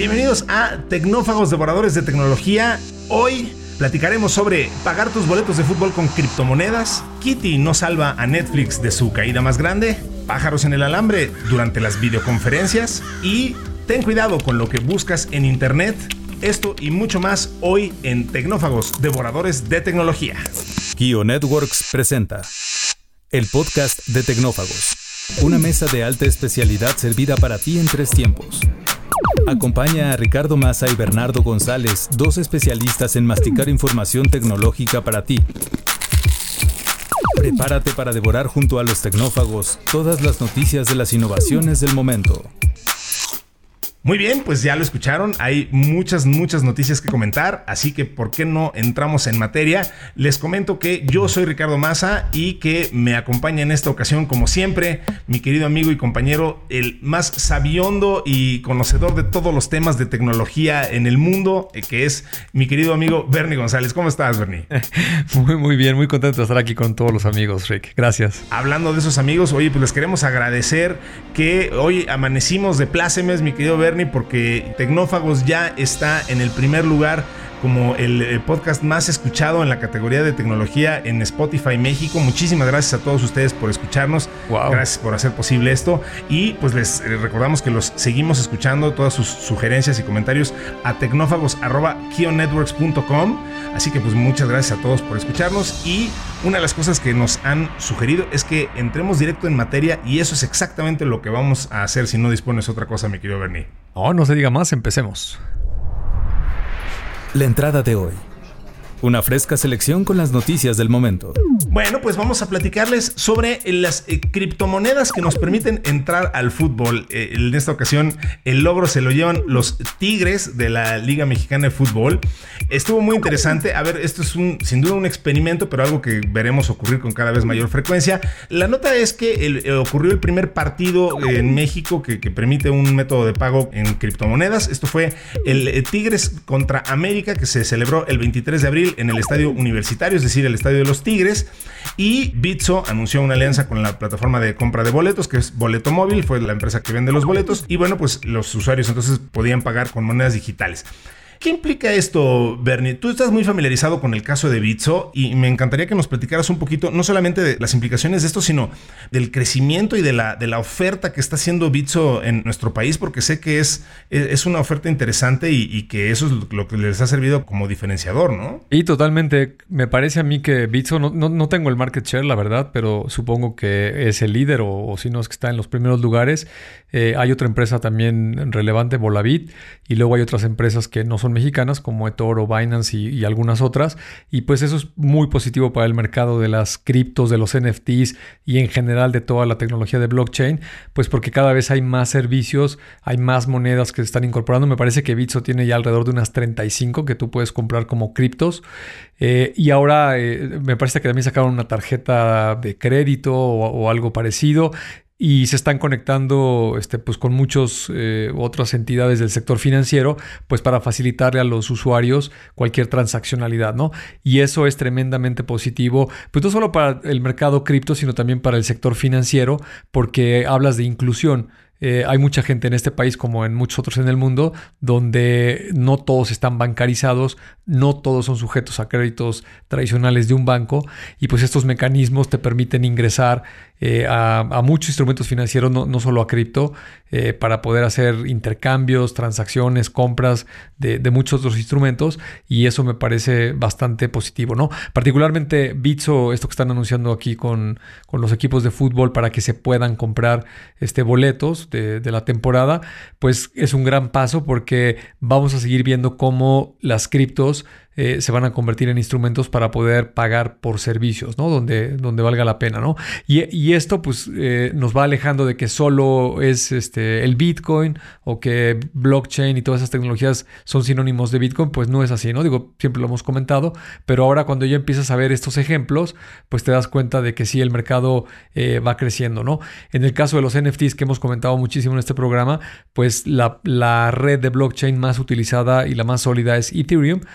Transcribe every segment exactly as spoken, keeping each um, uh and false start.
Bienvenidos a Tecnófagos, devoradores de tecnología. Hoy platicaremos sobre pagar tus boletos de fútbol con criptomonedas, Kitty no salva a Netflix de su caída más grande, pájaros en el alambre durante las videoconferencias y ten cuidado con lo que buscas en internet. Esto y mucho más hoy en Tecnófagos, devoradores de tecnología. Kio Networks presenta el podcast de Tecnófagos, una mesa de alta especialidad servida para ti en tres tiempos. Acompaña a Ricardo Massa y Bernardo González, dos especialistas en masticar información tecnológica para ti. Prepárate para devorar junto a los tecnófagos todas las noticias de las innovaciones del momento. Muy bien, pues ya lo escucharon, hay muchas, muchas noticias que comentar, así que ¿por qué no entramos en materia? Les comento que yo soy Ricardo Massa y que me acompaña en esta ocasión, como siempre, mi querido amigo y compañero, el más sabiondo y conocedor de todos los temas de tecnología en el mundo, que es mi querido amigo Bernie González. ¿Cómo estás, Bernie? Muy, muy bien, muy contento de estar aquí con todos los amigos, Rick. Gracias. Hablando de esos amigos, oye, pues les queremos agradecer que hoy amanecimos de plácemes, mi querido Bernie, porque Tecnófagos ya está en el primer lugar como el, el podcast más escuchado en la categoría de tecnología en Spotify México. Muchísimas gracias a todos ustedes por escucharnos. Wow. Gracias por hacer posible esto. Y pues les recordamos que los seguimos escuchando, todas sus sugerencias y comentarios a tecnófagos arroba kionetworks punto com. Así que pues muchas gracias a todos por escucharnos. Y una de las cosas que nos han sugerido es que entremos directo en materia, y eso es exactamente lo que vamos a hacer si no dispones otra cosa, mi querido Bernie. Oh, no se diga más, empecemos. La entrada de hoy. Una fresca selección con las noticias del momento. Bueno, pues vamos a platicarles sobre las eh, criptomonedas que nos permiten entrar al fútbol. Eh, en esta ocasión el logro se lo llevan los Tigres de la Liga Mexicana de Fútbol. Estuvo muy interesante. A ver, esto es un, sin duda un experimento, pero algo que veremos ocurrir con cada vez mayor frecuencia. La nota es que el, eh, ocurrió el primer partido en México que, que permite un método de pago en criptomonedas. Esto fue el eh, Tigres contra América, que se celebró el veintitrés de abril en el Estadio Universitario, es decir, el Estadio de los Tigres. Y Bitso anunció una alianza con la plataforma de compra de boletos, que es Boleto Móvil, fue la empresa que vende los boletos. Y bueno, pues los usuarios entonces podían pagar con monedas digitales. ¿Qué implica esto, Bernie? Tú estás muy familiarizado con el caso de Bitso y me encantaría que nos platicaras un poquito, no solamente de las implicaciones de esto, sino del crecimiento y de la, de la oferta que está haciendo Bitso en nuestro país, porque sé que es, es una oferta interesante y, y que eso es lo que les ha servido como diferenciador, ¿no? Y totalmente, me parece a mí que Bitso, no, no, no tengo el market share, la verdad, pero supongo que es el líder o, o si no es que está en los primeros lugares. Eh, hay otra empresa también relevante, Volavit, y luego hay otras empresas que no son mexicanas como eToro, Binance y, y algunas otras, y pues eso es muy positivo para el mercado de las criptos, de los N F Ts y en general de toda la tecnología de blockchain, pues porque cada vez hay más servicios, hay más monedas que se están incorporando. Me parece que Bitso tiene ya alrededor de unas treinta y cinco que tú puedes comprar como criptos, eh, y ahora eh, me parece que también sacaron una tarjeta de crédito o, o algo parecido. Y se están conectando este, pues, con muchas eh, otras entidades del sector financiero, pues para facilitarle a los usuarios cualquier transaccionalidad, ¿no? Y eso es tremendamente positivo, pues no solo para el mercado cripto, sino también para el sector financiero, porque hablas de inclusión. Eh, hay mucha gente en este país, como en muchos otros en el mundo, donde no todos están bancarizados, no todos son sujetos a créditos tradicionales de un banco, y pues estos mecanismos te permiten ingresar eh, a, a muchos instrumentos financieros, no, no solo a cripto, eh, para poder hacer intercambios, transacciones, compras de, de muchos otros instrumentos, y eso me parece bastante positivo, ¿no? Particularmente Bitso, esto que están anunciando aquí con, con los equipos de fútbol para que se puedan comprar este, boletos De, de la temporada, pues es un gran paso, porque vamos a seguir viendo cómo las criptos eh, se van a convertir en instrumentos para poder pagar por servicios, ¿no? Donde, donde valga la pena, ¿no? Y, y esto pues eh, nos va alejando de que solo es este, el Bitcoin o que blockchain y todas esas tecnologías son sinónimos de Bitcoin. Pues no es así, ¿no? Digo, siempre lo hemos comentado, pero ahora cuando ya empiezas a ver estos ejemplos, pues te das cuenta de que sí, el mercado eh, va creciendo, ¿no? En el caso de los N F Ts que hemos comentado muchísimo en este programa, pues la, la red de blockchain más utilizada y la más sólida es Ethereum, pero hay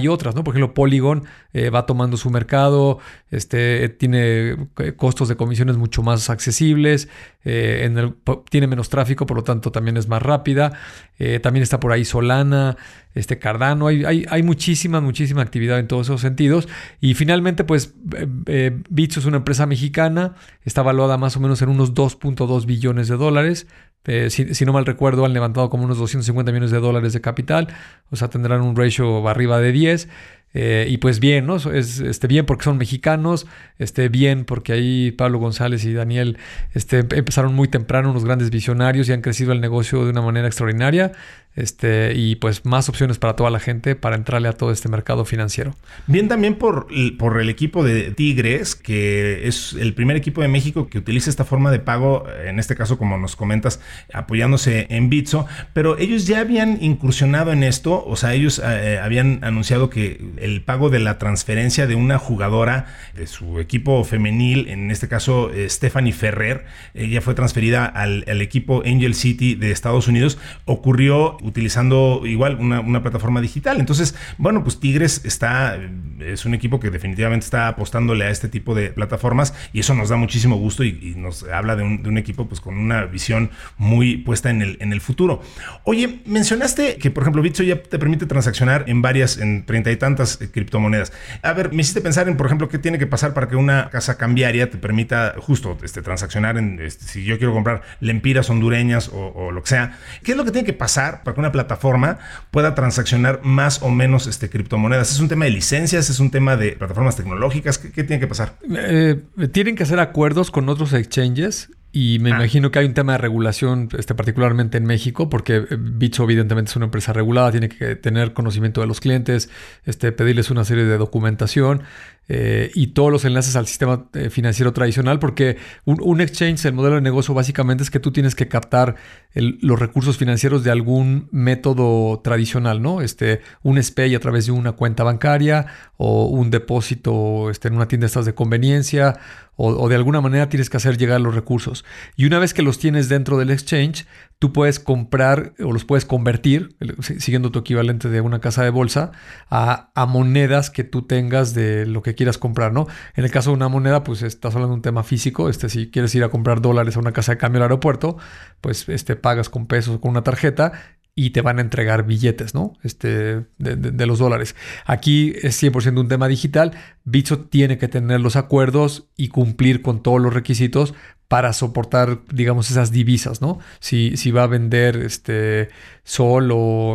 hay otras, ¿no? Por ejemplo, Polygon eh, va tomando su mercado, este, tiene costos de comisiones mucho más accesibles, eh, en el, tiene menos tráfico, por lo tanto también es más rápida. Eh, también está por ahí Solana, este Cardano. Hay, hay, hay muchísima, muchísima actividad en todos esos sentidos. Y finalmente, pues, eh, eh, Bitso es una empresa mexicana, está valuada más o menos en unos dos punto dos billones de dólares. Eh, si, si no mal recuerdo, han levantado como unos doscientos cincuenta millones de dólares de capital, o sea, tendrán un ratio arriba de diez. Eh, y pues bien, ¿no? Es este, bien porque son mexicanos, este, bien porque ahí Pablo González y Daniel este, empezaron muy temprano, unos grandes visionarios, y han crecido el negocio de una manera extraordinaria. Este, y pues más opciones para toda la gente para entrarle a todo este mercado financiero. Bien también por, por el equipo de Tigres, que es el primer equipo de México que utiliza esta forma de pago, en este caso, como nos comentas, apoyándose en Bitso, pero ellos ya habían incursionado en esto, o sea, ellos eh, habían anunciado que el pago de la transferencia de una jugadora de su equipo femenil, en este caso eh, Stephanie Ferrer, ella fue transferida al, al equipo Angel City de Estados Unidos, ocurrió utilizando igual una, una plataforma digital. Entonces, bueno, pues Tigres está, es un equipo que definitivamente está apostándole a este tipo de plataformas, y eso nos da muchísimo gusto y, y nos habla de un, de un equipo pues con una visión muy puesta en el, en el futuro. Oye, mencionaste que, por ejemplo, Bitso ya te permite transaccionar en varias, en treinta y tantas eh, criptomonedas. A ver, me hiciste pensar en, por ejemplo, qué tiene que pasar para que una casa cambiaria te permita justo este, transaccionar en, este, si yo quiero comprar lempiras hondureñas o, o lo que sea. ¿Qué es lo que tiene que pasar para que una plataforma pueda transaccionar más o menos este, criptomonedas? ¿Es un tema de licencias? ¿Es un tema de plataformas tecnológicas? ¿Qué, qué tiene que pasar? Eh, tienen que hacer acuerdos con otros exchanges. Y me ah. imagino que hay un tema de regulación, este, particularmente en México, porque Bitso evidentemente es una empresa regulada, tiene que tener conocimiento de los clientes, este, pedirles una serie de documentación eh, y todos los enlaces al sistema eh, financiero tradicional, porque un, un exchange, el modelo de negocio básicamente es que tú tienes que captar el, los recursos financieros de algún método tradicional, ¿no? Este, un S P A Y a través de una cuenta bancaria o un depósito este, en una tienda estas de conveniencia, o, o de alguna manera tienes que hacer llegar los recursos. Y una vez que los tienes dentro del exchange, tú puedes comprar o los puedes convertir, siguiendo tu equivalente de una casa de bolsa, a, a monedas que tú tengas de lo que quieras comprar, ¿no? En el caso de una moneda, pues estás hablando de un tema físico. Este, si quieres ir a comprar dólares a una casa de cambio al aeropuerto, pues este, pagas con pesos o con una tarjeta y te van a entregar billetes, ¿no? Este, de, de, de los dólares. Aquí es cien por ciento un tema digital. Bitso tiene que tener los acuerdos y cumplir con todos los requisitos para soportar, digamos, esas divisas, ¿no? Si, si va a vender este, Sol o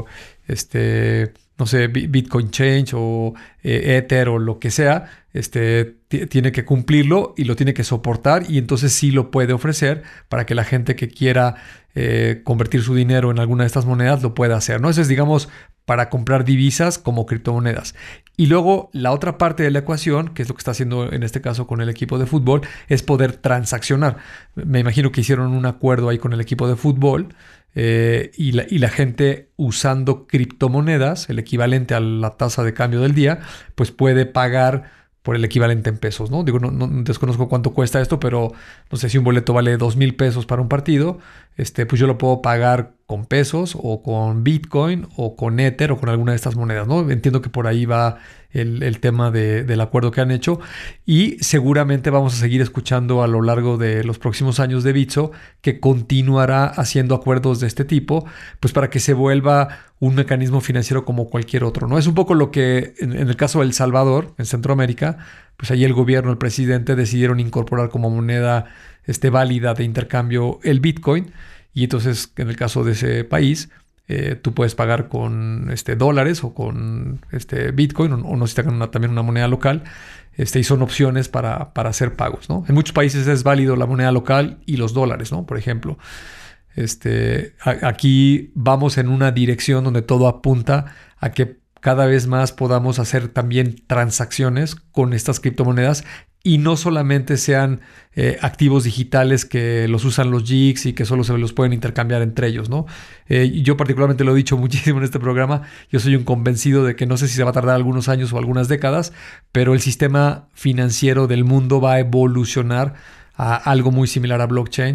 este, no sé, Bitcoin Change o eh, Ether o lo que sea, este, t- tiene que cumplirlo y lo tiene que soportar, y entonces sí lo puede ofrecer para que la gente que quiera eh, convertir su dinero en alguna de estas monedas lo pueda hacer, ¿no? Eso es, digamos, para comprar divisas como criptomonedas. Y luego la otra parte de la ecuación, que es lo que está haciendo en este caso con el equipo de fútbol, es poder transaccionar. Me imagino que hicieron un acuerdo ahí con el equipo de fútbol eh, y, la, y la gente usando criptomonedas, el equivalente a la tasa de cambio del día, pues puede pagar por el equivalente en pesos, ¿no? Digo, no, no desconozco cuánto cuesta esto, pero no sé si un boleto vale dos mil pesos para un partido, este, pues yo lo puedo pagar con pesos o con Bitcoin o con Ether o con alguna de estas monedas, ¿no? Entiendo que por ahí va el, el tema de, del acuerdo que han hecho, y seguramente vamos a seguir escuchando a lo largo de los próximos años de Bitso que continuará haciendo acuerdos de este tipo, pues para que se vuelva un mecanismo financiero como cualquier otro, ¿no? Es un poco lo que en, en el caso de El Salvador, en Centroamérica, pues ahí el gobierno, el presidente decidieron incorporar como moneda este, válida de intercambio el Bitcoin, y entonces en el caso de ese país eh, tú puedes pagar con este, dólares o con este, Bitcoin, o, o no, si te una, también una moneda local, este, y son opciones para, para hacer pagos, ¿no? En muchos países es válido la moneda local y los dólares, ¿no? Por ejemplo. Este, a, aquí vamos en una dirección donde todo apunta a que cada vez más podamos hacer también transacciones con estas criptomonedas, y no solamente sean eh, activos digitales que los usan los jigs y que solo se los pueden intercambiar entre ellos, ¿no? Eh, yo particularmente lo he dicho muchísimo en este programa, yo soy un convencido de que no sé si se va a tardar algunos años o algunas décadas, pero el sistema financiero del mundo va a evolucionar a algo muy similar a blockchain,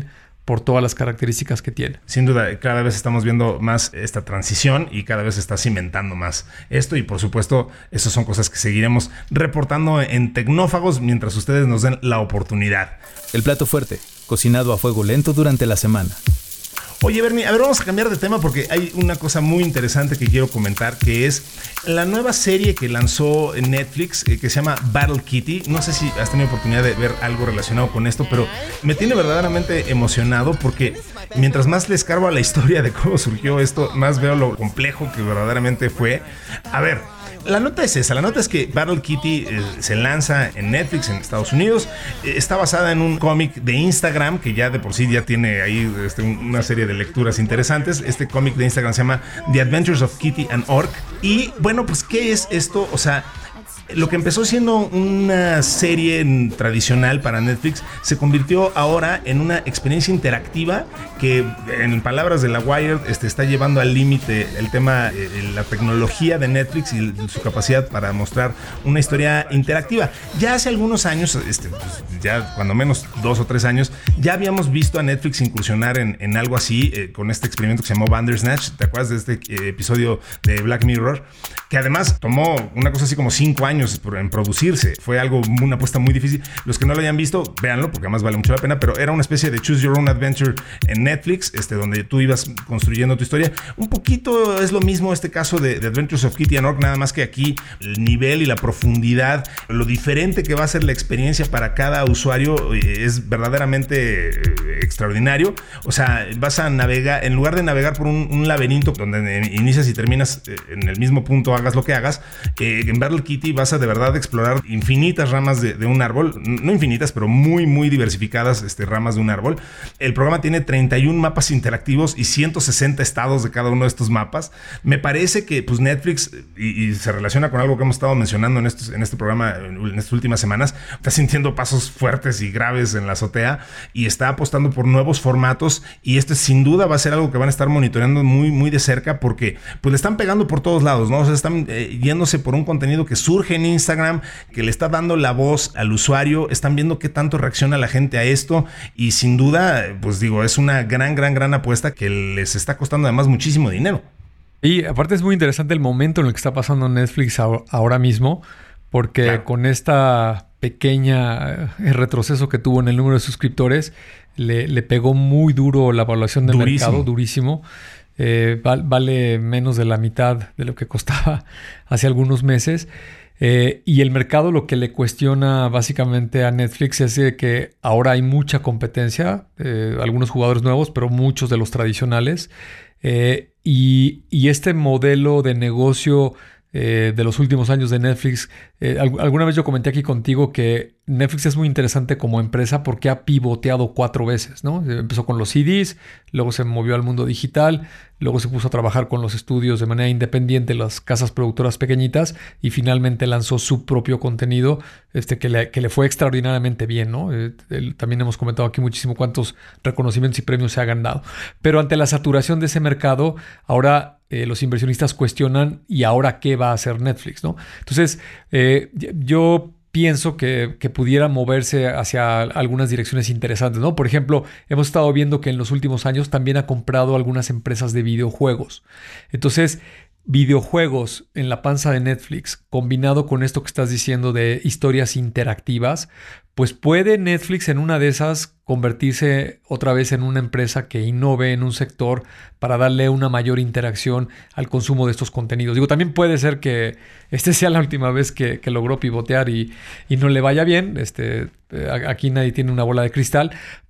por todas las características que tiene. Sin duda, cada vez estamos viendo más esta transición y cada vez se está cimentando más esto y por supuesto, esas son cosas que seguiremos reportando en Tecnófagos mientras ustedes nos den la oportunidad. El plato fuerte, cocinado a fuego lento durante la semana. Oye, Bernie, a ver, vamos a cambiar de tema porque hay una cosa muy interesante que quiero comentar, que es la nueva serie que lanzó Netflix, eh, que se llama Battle Kitty. No sé si has tenido oportunidad de ver algo relacionado con esto, pero me tiene verdaderamente emocionado porque mientras más le escarbo a la historia de cómo surgió esto, más veo lo complejo que verdaderamente fue. A ver, la nota es esa, la nota es que Battle Kitty eh, se lanza en Netflix en Estados Unidos, eh, está basada en un cómic de Instagram que ya de por sí ya tiene ahí este, una serie de lecturas interesantes. Este cómic de Instagram se llama The Adventures of Kitty and Orc y bueno, pues ¿qué es esto? O sea, lo que empezó siendo una serie tradicional para Netflix se convirtió ahora en una experiencia interactiva que, en palabras de la Wired, este, está llevando al límite el tema, eh, la tecnología de Netflix y su capacidad para mostrar una historia interactiva. Ya hace algunos años, este, pues, ya cuando menos dos o tres años, ya habíamos visto a Netflix incursionar en, en algo así, eh, con este experimento que se llamó Bandersnatch. ¿Te acuerdas de este eh, episodio de Black Mirror? Que además tomó una cosa así como cinco años en producirse. Fue algo, una apuesta muy difícil. Los que no lo hayan visto, véanlo, porque además vale mucho la pena, pero era una especie de Choose Your Own Adventure en Netflix, este, donde tú ibas construyendo tu historia. Un poquito es lo mismo este caso de, de Adventures of Kitty and Orc, nada más que aquí el nivel y la profundidad, lo diferente que va a ser la experiencia para cada usuario es verdaderamente extraordinario. O sea, vas a navegar, en lugar de navegar por un, un laberinto donde inicias y terminas en el mismo punto, hagas lo que hagas, eh, en Battle Kitty vas a de verdad explorar infinitas ramas de, de un árbol, no infinitas, pero muy, muy diversificadas este, ramas de un árbol. El programa tiene treinta y un mapas interactivos y ciento sesenta estados de cada uno de estos mapas. Me parece que pues Netflix, y, y se relaciona con algo que hemos estado mencionando en, estos, en este programa en estas últimas semanas, está sintiendo pasos fuertes y graves en la azotea y está apostando por nuevos formatos y este sin duda va a ser algo que van a estar monitoreando muy, muy de cerca porque pues le están pegando por todos lados, ¿no? O sea, están eh, yéndose por un contenido que surge en Instagram, que le está dando la voz al usuario, están viendo qué tanto reacciona la gente a esto y sin duda, pues digo, es una gran, gran, gran apuesta que les está costando además muchísimo dinero. Y aparte es muy interesante el momento en el que está pasando Netflix ahora mismo, porque claro, con esta pequeña retroceso que tuvo en el número de suscriptores, le, le pegó muy duro la evaluación de durísimo. mercado, durísimo. Eh, val, vale menos de la mitad de lo que costaba hace algunos meses. Eh, y el mercado lo que le cuestiona básicamente a Netflix es que ahora hay mucha competencia, eh, algunos jugadores nuevos, pero muchos de los tradicionales. Eh, y, y este modelo de negocio eh, de los últimos años de Netflix, eh, alguna vez yo comenté aquí contigo que Netflix es muy interesante como empresa porque ha pivoteado cuatro veces, ¿no? Empezó con los C Ds, luego se movió al mundo digital, luego se puso a trabajar con los estudios de manera independiente, las casas productoras pequeñitas, y finalmente lanzó su propio contenido este, que, le, que le fue extraordinariamente bien, ¿no? Eh, el, también hemos comentado aquí muchísimo cuántos reconocimientos y premios se ha ganado. Pero ante la saturación de ese mercado, ahora eh, los inversionistas cuestionan ¿y ahora qué va a hacer Netflix, ¿no? Entonces, eh, yo pienso que, que pudiera moverse hacia algunas direcciones interesantes, ¿no? Por ejemplo, hemos estado viendo que en los últimos años también ha comprado algunas empresas de videojuegos. Entonces, videojuegos en la panza de Netflix, combinado con esto que estás diciendo de historias interactivas, pues puede Netflix en una de esas convertirse otra vez en una empresa que innove en un sector para darle una mayor interacción al consumo de estos contenidos. Digo, también puede ser que esta sea la última vez que, que logró pivotear y, y no le vaya bien. Este, aquí nadie tiene una bola de cristal,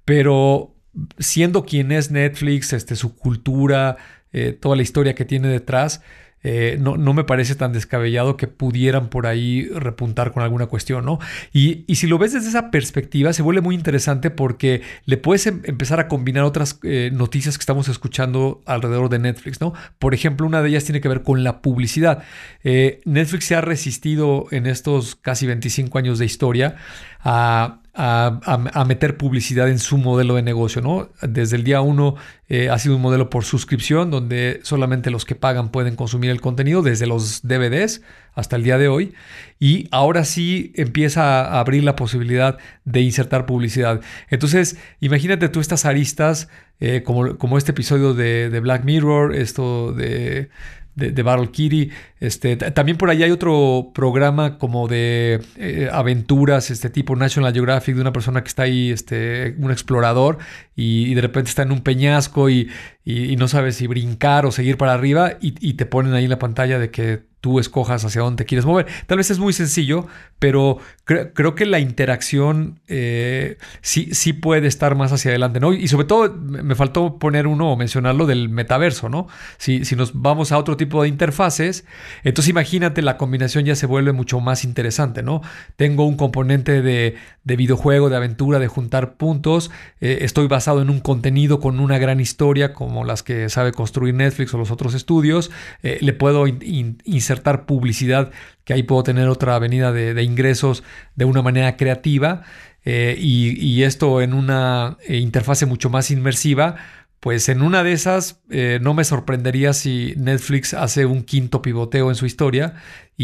pero siendo quien es Netflix, este, su cultura, eh, toda la historia que tiene detrás, Eh, no, no me parece tan descabellado que pudieran por ahí repuntar con alguna cuestión, ¿no? Y, y si lo ves desde esa perspectiva, se vuelve muy interesante porque le puedes em- empezar a combinar otras eh, noticias que estamos escuchando alrededor de Netflix, ¿no? Por ejemplo, una de ellas tiene que ver con la publicidad. Eh, Netflix se ha resistido en estos casi veinticinco años de historia a a, a, a meter publicidad en su modelo de negocio, ¿no? Desde el día uno eh, ha sido un modelo por suscripción donde solamente los que pagan pueden consumir el contenido, desde los D V Ds hasta el día de hoy. Y ahora sí empieza a abrir la posibilidad de insertar publicidad. Entonces, imagínate tú estas aristas eh, como, como este episodio de, de Black Mirror, esto de... De, de Battle Kitty. Este, t- también por ahí hay otro programa como de eh, aventuras, este tipo National Geographic, de una persona que está ahí, este, un explorador, y, y de repente está en un peñasco y, y, y no sabe si brincar o seguir para arriba, y, y te ponen ahí en la pantalla de que tú escojas hacia dónde te quieres mover. Tal vez es muy sencillo, pero cre- creo que la interacción eh, sí, sí puede estar más hacia adelante, ¿no? Y sobre todo me faltó poner uno o mencionarlo del metaverso, ¿no? Si, si nos vamos a otro tipo de interfaces, entonces imagínate, la combinación ya se vuelve mucho más interesante, ¿no? Tengo un componente de, de videojuego, de aventura, de juntar puntos. Eh, estoy basado en un contenido con una gran historia, como las que sabe construir Netflix o los otros estudios. Eh, le puedo in, in, insertar publicidad, que ahí puedo tener otra avenida de, de ingresos de una manera creativa, eh, y, y esto en una eh, interfase mucho más inmersiva. Pues en una de esas eh, no me sorprendería si Netflix hace un quinto pivoteo en su historia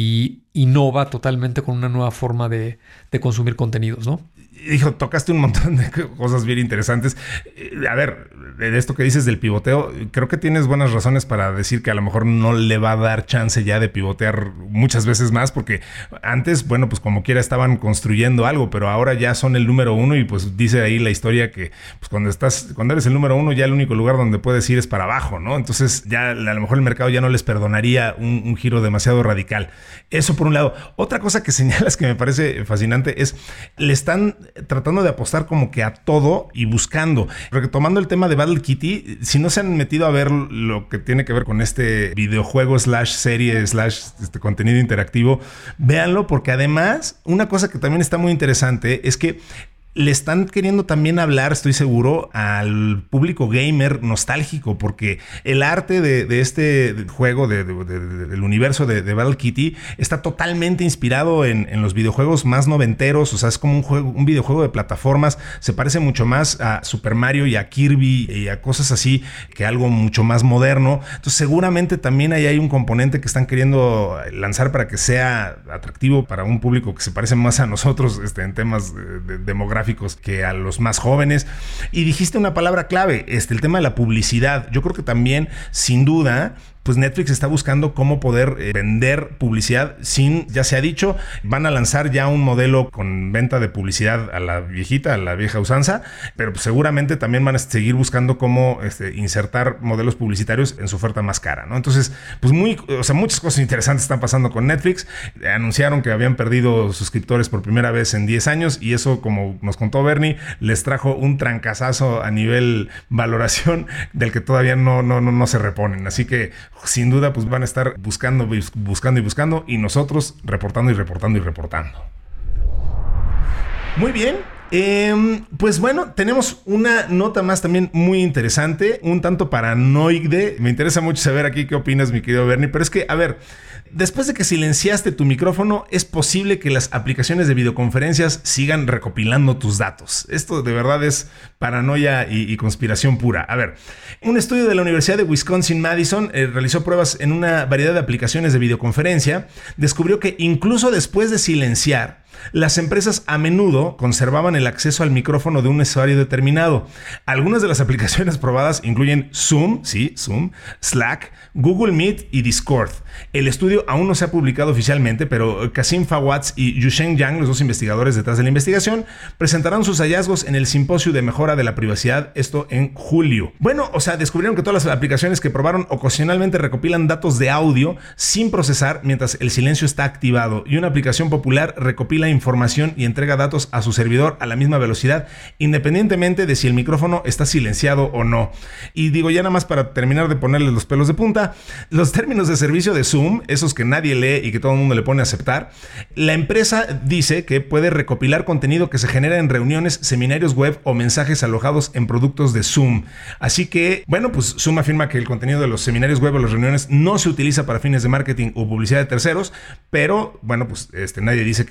y innova totalmente con una nueva forma de, de consumir contenidos, ¿no? Dijo, tocaste un montón de cosas bien interesantes. A ver, de esto que dices del pivoteo, creo que tienes buenas razones para decir que a lo mejor no le va a dar chance ya de pivotear muchas veces más, porque antes, bueno, pues como quiera estaban construyendo algo, pero ahora ya son el número uno, y pues dice ahí la historia que pues cuando estás, cuando eres el número uno, ya el único lugar donde puedes ir es para abajo, ¿no? Entonces ya a lo mejor el mercado ya no les perdonaría un, un giro demasiado radical. Eso por un lado. Otra cosa que señalas que me parece fascinante es, le están tratando de apostar como que a todo y buscando. Retomando el tema de Battle Kitty, si no se han metido a ver lo que tiene que ver con este videojuego slash serie slash este contenido interactivo, véanlo, porque además una cosa que también está muy interesante es que le están queriendo también hablar, estoy seguro, al público gamer nostálgico, porque el arte de, de este juego, de, de, de, de, del universo de, de Battle Kitty, está totalmente inspirado en, en los videojuegos más noventeros. O sea, es como un juego, un videojuego de plataformas. Se parece mucho más a Super Mario y a Kirby y a cosas así que algo mucho más moderno. Entonces, seguramente también ahí hay un componente que están queriendo lanzar para que sea atractivo para un público que se parece más a nosotros, este, en temas de, de, demográficos, que a los más jóvenes. Y dijiste una palabra clave, este, el tema de la publicidad. Yo creo que también, sin duda, pues Netflix está buscando cómo poder eh, vender publicidad sin, ya se ha dicho, van a lanzar ya un modelo con venta de publicidad a la viejita, a la vieja usanza, pero pues seguramente también van a seguir buscando cómo este, insertar modelos publicitarios en su oferta más cara, ¿no? Entonces, pues muy, o sea, muchas cosas interesantes están pasando con Netflix. Eh, anunciaron que habían perdido suscriptores por primera vez en diez años, y eso, como nos contó Bernie, les trajo un trancazazo a nivel valoración del que todavía no, no, no, no se reponen. Así que sin duda pues van a estar buscando, buscando y buscando, y nosotros reportando y reportando y reportando. Muy bien. Eh, pues bueno, tenemos una nota más también muy interesante, un tanto paranoide. Me interesa mucho saber aquí qué opinas, mi querido Bernie, pero es que, a ver, después de que silenciaste tu micrófono, es posible que las aplicaciones de videoconferencias sigan recopilando tus datos. Esto de verdad es paranoia y, y conspiración pura. A ver, un estudio de la Universidad de Wisconsin-Madison eh, realizó pruebas en una variedad de aplicaciones de videoconferencia. Descubrió que incluso después de silenciar, las empresas a menudo conservaban el acceso al micrófono de un usuario determinado. Algunas de las aplicaciones probadas incluyen Zoom, sí, Zoom, Slack, Google Meet y Discord. El estudio aún no se ha publicado oficialmente, pero Kasim Fawaz y Yusheng Yang, los dos investigadores detrás de la investigación, presentarán sus hallazgos en el Simposio de Mejora de la Privacidad, esto en julio. Bueno, o sea, descubrieron que todas las aplicaciones que probaron ocasionalmente recopilan datos de audio sin procesar mientras el silencio está activado, y una aplicación popular recopila información y entrega datos a su servidor a la misma velocidad, independientemente de si el micrófono está silenciado o no. Y digo, ya nada más para terminar de ponerles los pelos de punta, los términos de servicio de Zoom, esos que nadie lee y que todo el mundo le pone a aceptar, la empresa dice que puede recopilar contenido que se genera en reuniones, seminarios web o mensajes alojados en productos de Zoom. Así que, bueno, pues Zoom afirma que el contenido de los seminarios web o las reuniones no se utiliza para fines de marketing o publicidad de terceros, pero, bueno, pues este, nadie dice que no podría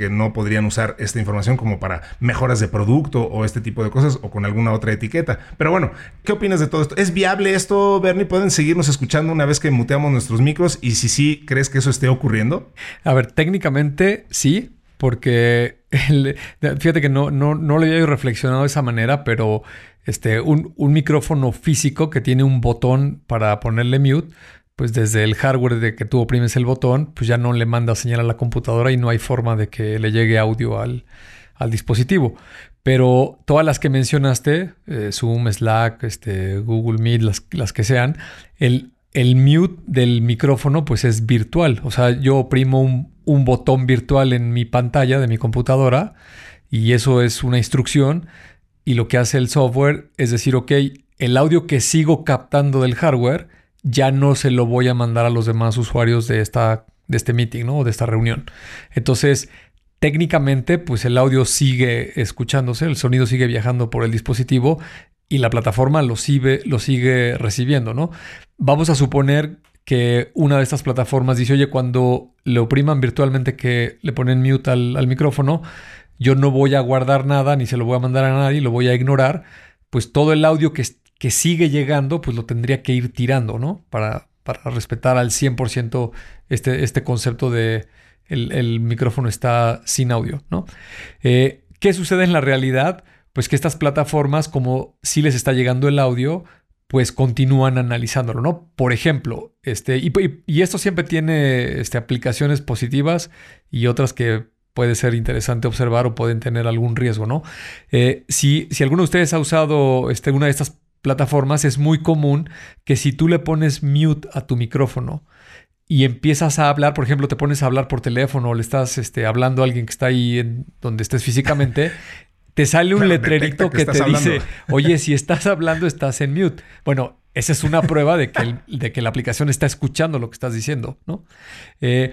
podrían usar esta información como para mejoras de producto o este tipo de cosas o con alguna otra etiqueta. Pero bueno, ¿qué opinas de todo esto? ¿Es viable esto, Bernie? ¿Pueden seguirnos escuchando una vez que muteamos nuestros micros? Y si sí, ¿crees que eso esté ocurriendo? A ver, técnicamente sí, porque el, fíjate que no, no, no lo había reflexionado de esa manera, pero este, un, un micrófono físico que tiene un botón para ponerle mute, pues desde el hardware de que tú oprimes el botón, pues ya no le manda señal a la computadora y no hay forma de que le llegue audio al, al dispositivo. Pero todas las que mencionaste, eh, Zoom, Slack, este, Google Meet, las, las que sean, el, el mute del micrófono pues es virtual. O sea, yo oprimo un, un botón virtual en mi pantalla de mi computadora y eso es una instrucción. Y lo que hace el software es decir, ok, el audio que sigo captando del hardware ya no se lo voy a mandar a los demás usuarios de, esta, de este meeting, ¿no? O de esta reunión. Entonces, técnicamente, pues el audio sigue escuchándose, el sonido sigue viajando por el dispositivo y la plataforma lo sigue, lo sigue recibiendo, ¿no? Vamos a suponer que una de estas plataformas dice, oye, cuando le opriman virtualmente que le ponen mute al, al micrófono, yo no voy a guardar nada, ni se lo voy a mandar a nadie, lo voy a ignorar, pues todo el audio que que sigue llegando, pues lo tendría que ir tirando, ¿no? Para, para respetar al cien por ciento este, este concepto de el, el micrófono está sin audio, ¿no? Eh, ¿Qué sucede en la realidad? Pues que estas plataformas, como sí les está llegando el audio, pues continúan analizándolo, ¿no? Por ejemplo, este, y, y, y esto siempre tiene este, aplicaciones positivas y otras que puede ser interesante observar o pueden tener algún riesgo, ¿no? Eh, si, si alguno de ustedes ha usado este, una de estas plataformas, es muy común que si tú le pones mute a tu micrófono y empiezas a hablar, por ejemplo, te pones a hablar por teléfono o le estás este, hablando a alguien que está ahí en donde estés físicamente, te sale un letrerito que, que te hablando. Dice, oye, si estás hablando, estás en mute. Bueno, esa es una prueba de que, el, de que la aplicación está escuchando lo que estás diciendo, ¿no? Eh,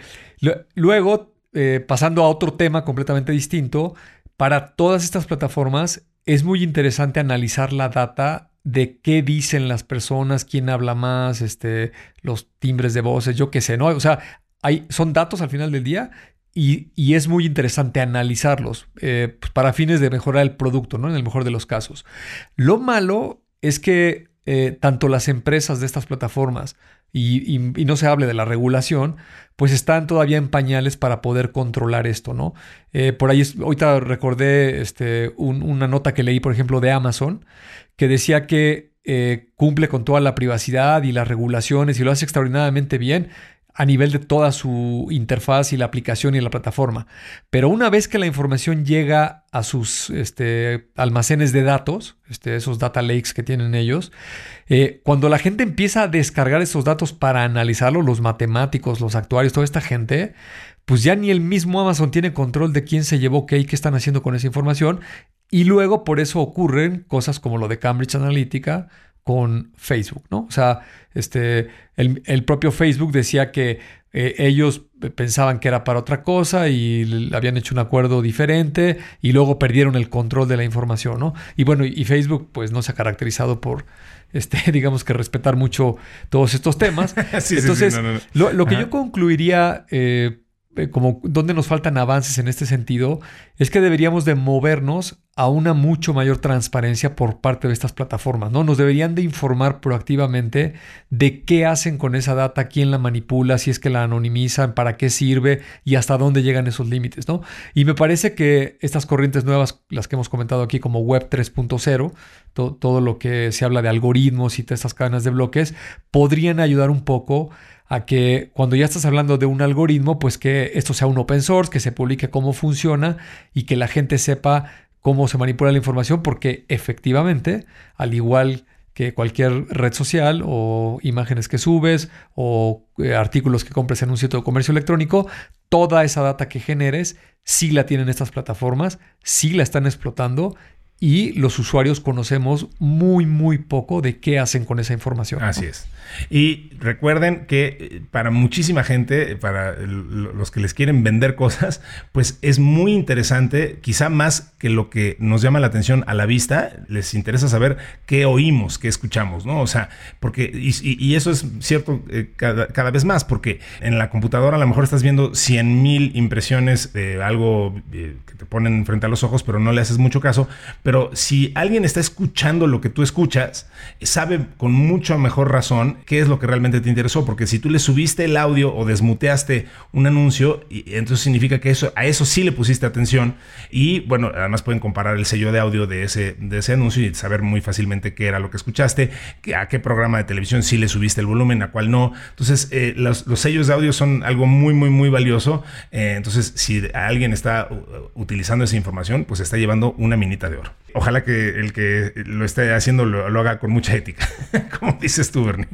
luego, eh, pasando a otro tema completamente distinto, para todas estas plataformas es muy interesante analizar la data de qué dicen las personas, quién habla más, este, los timbres de voces, yo qué sé, ¿no? O sea, hay, son datos al final del día y, y es muy interesante analizarlos eh, pues para fines de mejorar el producto, ¿no? En el mejor de los casos. Lo malo es que eh, tanto las empresas de estas plataformas y, y, y no se hable de la regulación, pues están todavía en pañales para poder controlar esto, ¿no? Eh, por ahí, es, ahorita recordé este, un, una nota que leí, por ejemplo, de Amazon, que decía que eh, cumple con toda la privacidad y las regulaciones y lo hace extraordinariamente bien a nivel de toda su interfaz y la aplicación y la plataforma. Pero una vez que la información llega a sus este, almacenes de datos, este, esos data lakes que tienen ellos, eh, cuando la gente empieza a descargar esos datos para analizarlo, los matemáticos, los actuarios, toda esta gente, pues ya ni el mismo Amazon tiene control de quién se llevó qué y qué están haciendo con esa información. Y luego por eso ocurren cosas como lo de Cambridge Analytica con Facebook, ¿no? O sea, este, el, el propio Facebook decía que eh, ellos pensaban que era para otra cosa y habían hecho un acuerdo diferente y luego perdieron el control de la información, ¿no? Y bueno, y Facebook pues no se ha caracterizado por, este, digamos que respetar mucho todos estos temas. sí, Entonces, sí, sí, no, no, no. Lo, lo que yo concluiría... Eh, como donde nos faltan avances en este sentido, es que deberíamos de movernos a una mucho mayor transparencia por parte de estas plataformas, ¿no? Nos deberían de informar proactivamente de qué hacen con esa data, quién la manipula, si es que la anonimizan, para qué sirve y hasta dónde llegan esos límites, ¿no? Y me parece que estas corrientes nuevas, las que hemos comentado aquí como Web tres punto cero, to- todo lo que se habla de algoritmos y todas estas cadenas de bloques, podrían ayudar un poco a que cuando ya estás hablando de un algoritmo, pues que esto sea un open source, que se publique cómo funciona y que la gente sepa cómo se manipula la información, porque efectivamente, al igual que cualquier red social o imágenes que subes o eh, artículos que compres en un sitio de comercio electrónico, toda esa data que generes sí la tienen estas plataformas, sí la están explotando y los usuarios conocemos muy, muy poco de qué hacen con esa información. Así ¿no? es. Y recuerden que para muchísima gente, para los que les quieren vender cosas, pues es muy interesante, quizá más que lo que nos llama la atención a la vista, les interesa saber qué oímos, qué escuchamos, ¿no? O sea, porque, y, y eso es cierto eh, cada, cada vez más, porque en la computadora a lo mejor estás viendo cien mil impresiones de algo eh, que te ponen frente a los ojos, pero no le haces mucho caso. Pero si alguien está escuchando lo que tú escuchas, sabe con mucha mejor razón qué es lo que realmente te interesó, porque si tú le subiste el audio o desmuteaste un anuncio, y entonces significa que eso, a eso sí le pusiste atención, y bueno, además pueden comparar el sello de audio de ese, de ese anuncio y saber muy fácilmente qué era lo que escuchaste, a qué programa de televisión sí le subiste el volumen, a cuál no. Entonces eh, los, los sellos de audio son algo muy muy muy valioso. Eh, entonces si alguien está uh, utilizando esa información, pues está llevando una minita de oro. Ojalá que el que lo esté haciendo lo, lo haga con mucha ética, como dices tú, Bernie.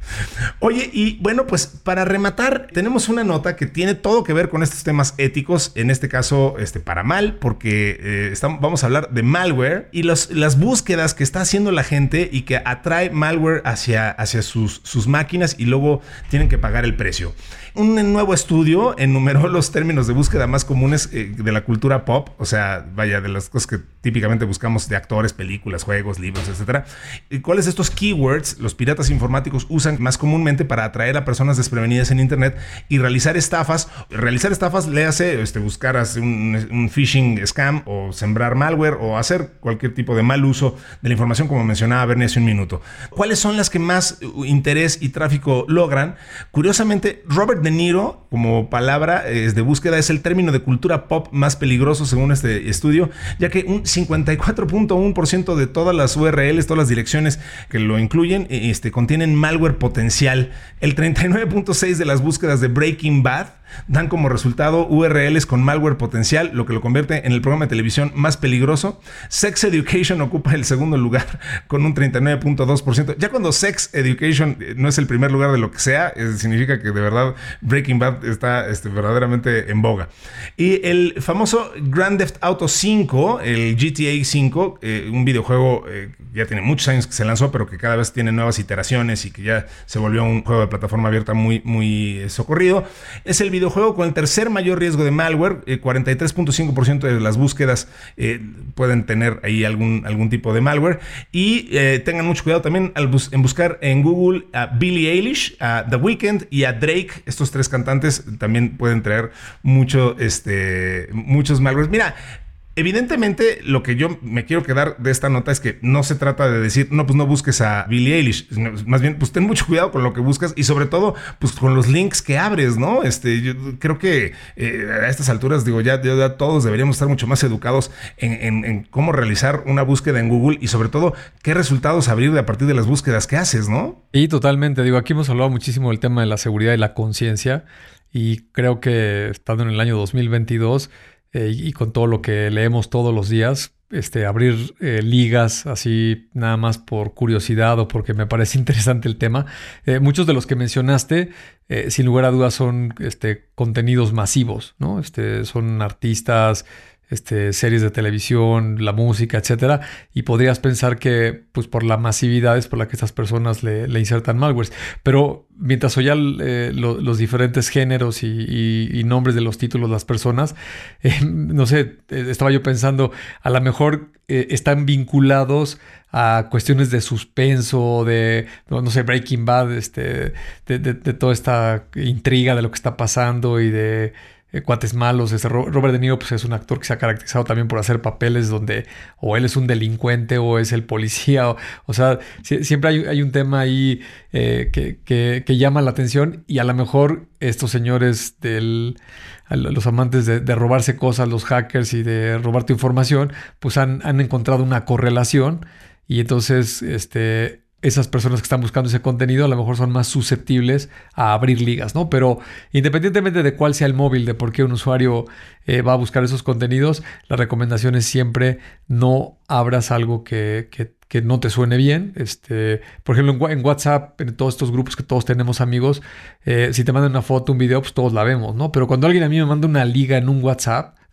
Oye, y bueno, pues para rematar, tenemos una nota que tiene todo que ver con estos temas éticos, en este caso, este, para mal, porque eh, estamos, vamos a hablar de malware y los, las búsquedas que está haciendo la gente y que atrae malware hacia, hacia sus, sus máquinas y luego tienen que pagar el precio. Un nuevo estudio enumeró los términos de búsqueda más comunes eh, de la cultura pop, o sea, vaya, de las cosas que típicamente buscamos de actores, películas, juegos, libros, etcétera. ¿Y cuáles de estos keywords los piratas informáticos usan más comúnmente para atraer a personas desprevenidas en Internet y realizar estafas? Realizar estafas le hace este, buscar un, un phishing scam o sembrar malware o hacer cualquier tipo de mal uso de la información, como mencionaba Bernie hace un minuto. ¿Cuáles son las que más interés y tráfico logran? Curiosamente, Robert De Niro, como palabra eh, de búsqueda, es el término de cultura pop más peligroso según este estudio, ya que un cincuenta y cuatro punto uno por ciento de todas las U R Ls, todas las direcciones que lo incluyen, este, contienen malware potencial. El treinta y nueve punto seis por ciento de las búsquedas de Breaking Bad dan como resultado U R Ls con malware potencial, lo que lo convierte en el programa de televisión más peligroso. Sex Education ocupa el segundo lugar con un treinta y nueve punto dos por ciento. Ya cuando Sex Education no es el primer lugar de lo que sea, eh, significa que de verdad Breaking Bad está este, verdaderamente en boga. Y el famoso Grand Theft Auto cinco, el G T A cinco, eh, un videojuego eh, ya tiene muchos años que se lanzó, pero que cada vez tiene nuevas iteraciones y que ya se volvió un juego de plataforma abierta muy, muy eh, socorrido. Es el videojuego con el tercer mayor riesgo de malware. eh, cuarenta y tres punto cinco por ciento de las búsquedas eh, pueden tener ahí algún, algún tipo de malware. Y eh, tengan mucho cuidado también al bus- en buscar en Google a Billie Eilish, a The Weeknd y a Drake. Estos tres cantantes también pueden traer mucho, este, muchos malwares. Mira, evidentemente, lo que yo me quiero quedar de esta nota es que no se trata de decir, no, pues no busques a Billie Eilish. Más bien, pues ten mucho cuidado con lo que buscas y sobre todo, pues con los links que abres, ¿no? Este, yo creo que eh, a estas alturas, digo, ya, ya todos deberíamos estar mucho más educados en, en, en cómo realizar una búsqueda en Google y sobre todo, qué resultados abrir de a partir de las búsquedas que haces, ¿no? Y totalmente. Digo, aquí hemos hablado muchísimo del tema de la seguridad y la conciencia y creo que estando en el año dos mil veintidós, Eh, y con todo lo que leemos todos los días, este, abrir eh, ligas así nada más por curiosidad o porque me parece interesante el tema. Eh, muchos de los que mencionaste, eh, sin lugar a dudas, son este, contenidos masivos, ¿no? Este, son artistas, este, series de televisión, la música, etcétera. Y podrías pensar que, pues, por la masividad es por la que estas personas le, le insertan malwares. Pero mientras oía eh, lo, los diferentes géneros y, y, y nombres de los títulos de las personas, eh, no sé, eh, estaba yo pensando, a lo mejor eh, están vinculados a cuestiones de suspenso, de, no, no sé, Breaking Bad, este, de, de, de toda esta intriga de lo que está pasando y de eh, cuates malos. Este Robert De Niro pues, es un actor que se ha caracterizado también por hacer papeles donde o él es un delincuente o es el policía. O, o sea, si, siempre hay, hay un tema ahí eh, que, que, que llama la atención y a lo mejor estos señores del... los amantes de, de robarse cosas, los hackers y de robar tu información, pues han, han encontrado una correlación y entonces este, esas personas que están buscando ese contenido a lo mejor son más susceptibles a abrir ligas, ¿no? Pero independientemente de cuál sea el móvil, de por qué un usuario eh, va a buscar esos contenidos, la recomendación es siempre no abras algo que, que, que no te suene bien. Este, por ejemplo, en, en WhatsApp, en todos estos grupos que todos tenemos amigos, eh, si te mandan una foto, un video, pues todos la vemos, ¿no? Pero cuando alguien a mí me manda una liga en un WhatsApp,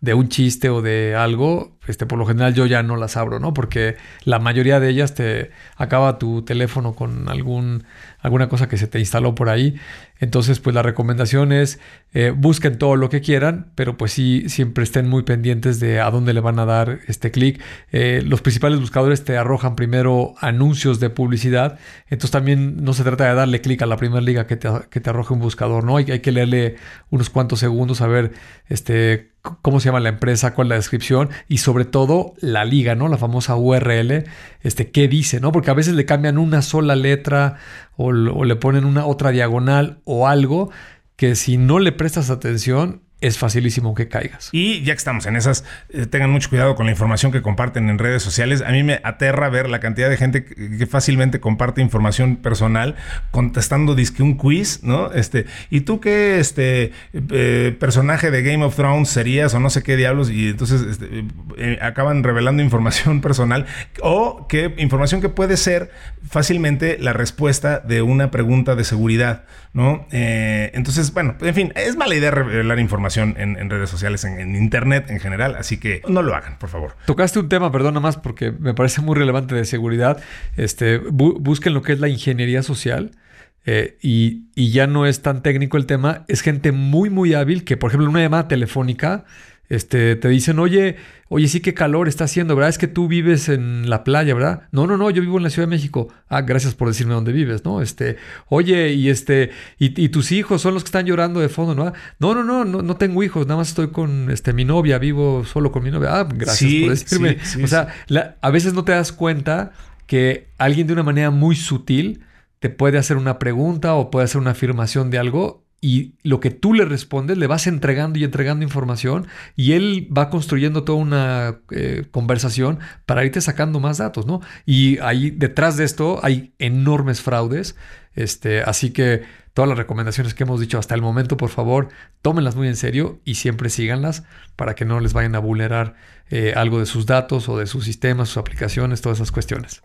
de un chiste o de algo, este, por lo general yo ya no las abro, ¿no? Porque la mayoría de ellas te acaba tu teléfono con algún, alguna cosa que se te instaló por ahí. Entonces, pues la recomendación es eh, busquen todo lo que quieran, pero pues sí, siempre estén muy pendientes de a dónde le van a dar este clic. Eh, los principales buscadores te arrojan primero anuncios de publicidad, entonces también no se trata de darle clic a la primera liga que te, que te arroje un buscador, ¿no? Hay, hay que leerle unos cuantos segundos a ver este, cómo se llama la empresa, cuál es la descripción y sobre todo la liga, ¿no? La famosa U R L, este, qué dice, ¿no? Porque a veces le cambian una sola letra o, o le ponen una otra diagonal o algo que si no le prestas atención es facilísimo que caigas. Y ya que estamos en esas, eh, tengan mucho cuidado con la información que comparten en redes sociales. A mí me aterra ver la cantidad de gente que, que fácilmente comparte información personal contestando disque un quiz, ¿no? Este, ¿y tú qué este, eh, personaje de Game of Thrones serías o no sé qué diablos? Y entonces este, eh, acaban revelando información personal o que información que puede ser fácilmente la respuesta de una pregunta de seguridad, ¿no? Eh, entonces, bueno, en fin, es mala idea revelar información En, en redes sociales, en, en internet en general, así que no lo hagan, por favor. Tocaste un tema, perdón, nada más porque me parece muy relevante de seguridad. Este, bu- busquen lo que es la ingeniería social eh, y, y ya no es tan técnico el tema. Es gente muy, muy hábil que, por ejemplo, en una llamada telefónica este, te dicen, oye, oye, sí, qué calor está haciendo, ¿verdad? Es que tú vives en la playa, ¿verdad? No, no, no, yo vivo en la Ciudad de México. Ah, gracias por decirme dónde vives, ¿no? Este, oye, y este, y, y tus hijos son los que están llorando de fondo, ¿no? No, no, no, no, no tengo hijos, nada más estoy con este, mi novia, vivo solo con mi novia. Ah, gracias sí, por decirme. Sí, sí, o sea, la, a veces no te das cuenta que alguien de una manera muy sutil te puede hacer una pregunta o puede hacer una afirmación de algo. Y lo que tú le respondes, le vas entregando y entregando información y él va construyendo toda una eh, conversación para irte sacando más datos, ¿no? Y ahí detrás de esto hay enormes fraudes. Este, así que todas las recomendaciones que hemos dicho hasta el momento, por favor, tómenlas muy en serio y siempre síganlas para que no les vayan a vulnerar eh, algo de sus datos o de sus sistemas, sus aplicaciones, todas esas cuestiones.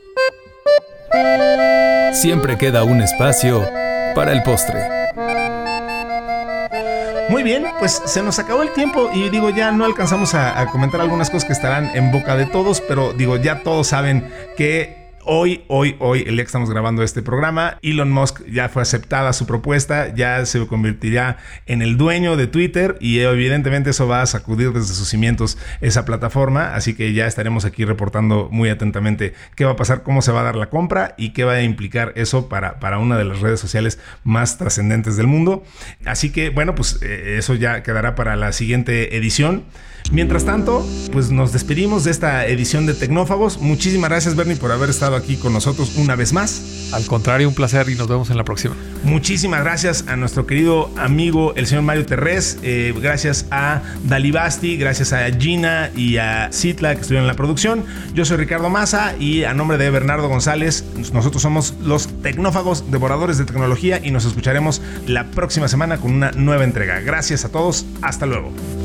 Siempre queda un espacio para el postre. Muy bien, pues se nos acabó el tiempo y digo, ya no alcanzamos a, a comentar algunas cosas que estarán en boca de todos, pero digo, ya todos saben que Hoy, hoy, hoy, el día que estamos grabando este programa, Elon Musk ya fue aceptada su propuesta, ya se convertirá en el dueño de Twitter y evidentemente eso va a sacudir desde sus cimientos esa plataforma, así que ya estaremos aquí reportando muy atentamente qué va a pasar, cómo se va a dar la compra y qué va a implicar eso para, para una de las redes sociales más trascendentes del mundo. Así que bueno, pues eh, eso ya quedará para la siguiente edición. Mientras tanto, pues nos despedimos de esta edición de Tecnófagos. Muchísimas gracias, Bernie, por haber estado aquí con nosotros una vez más. Al contrario, un placer y nos vemos en la próxima. Muchísimas gracias a nuestro querido amigo el señor Mario Terrés, eh, gracias a Dalibasti, gracias a Gina y a Citla que estuvieron en la producción. Yo soy Ricardo Massa y a nombre de Bernardo González, nosotros somos los Tecnófagos, devoradores de tecnología, y nos escucharemos la próxima semana con una nueva entrega. Gracias a todos, hasta luego.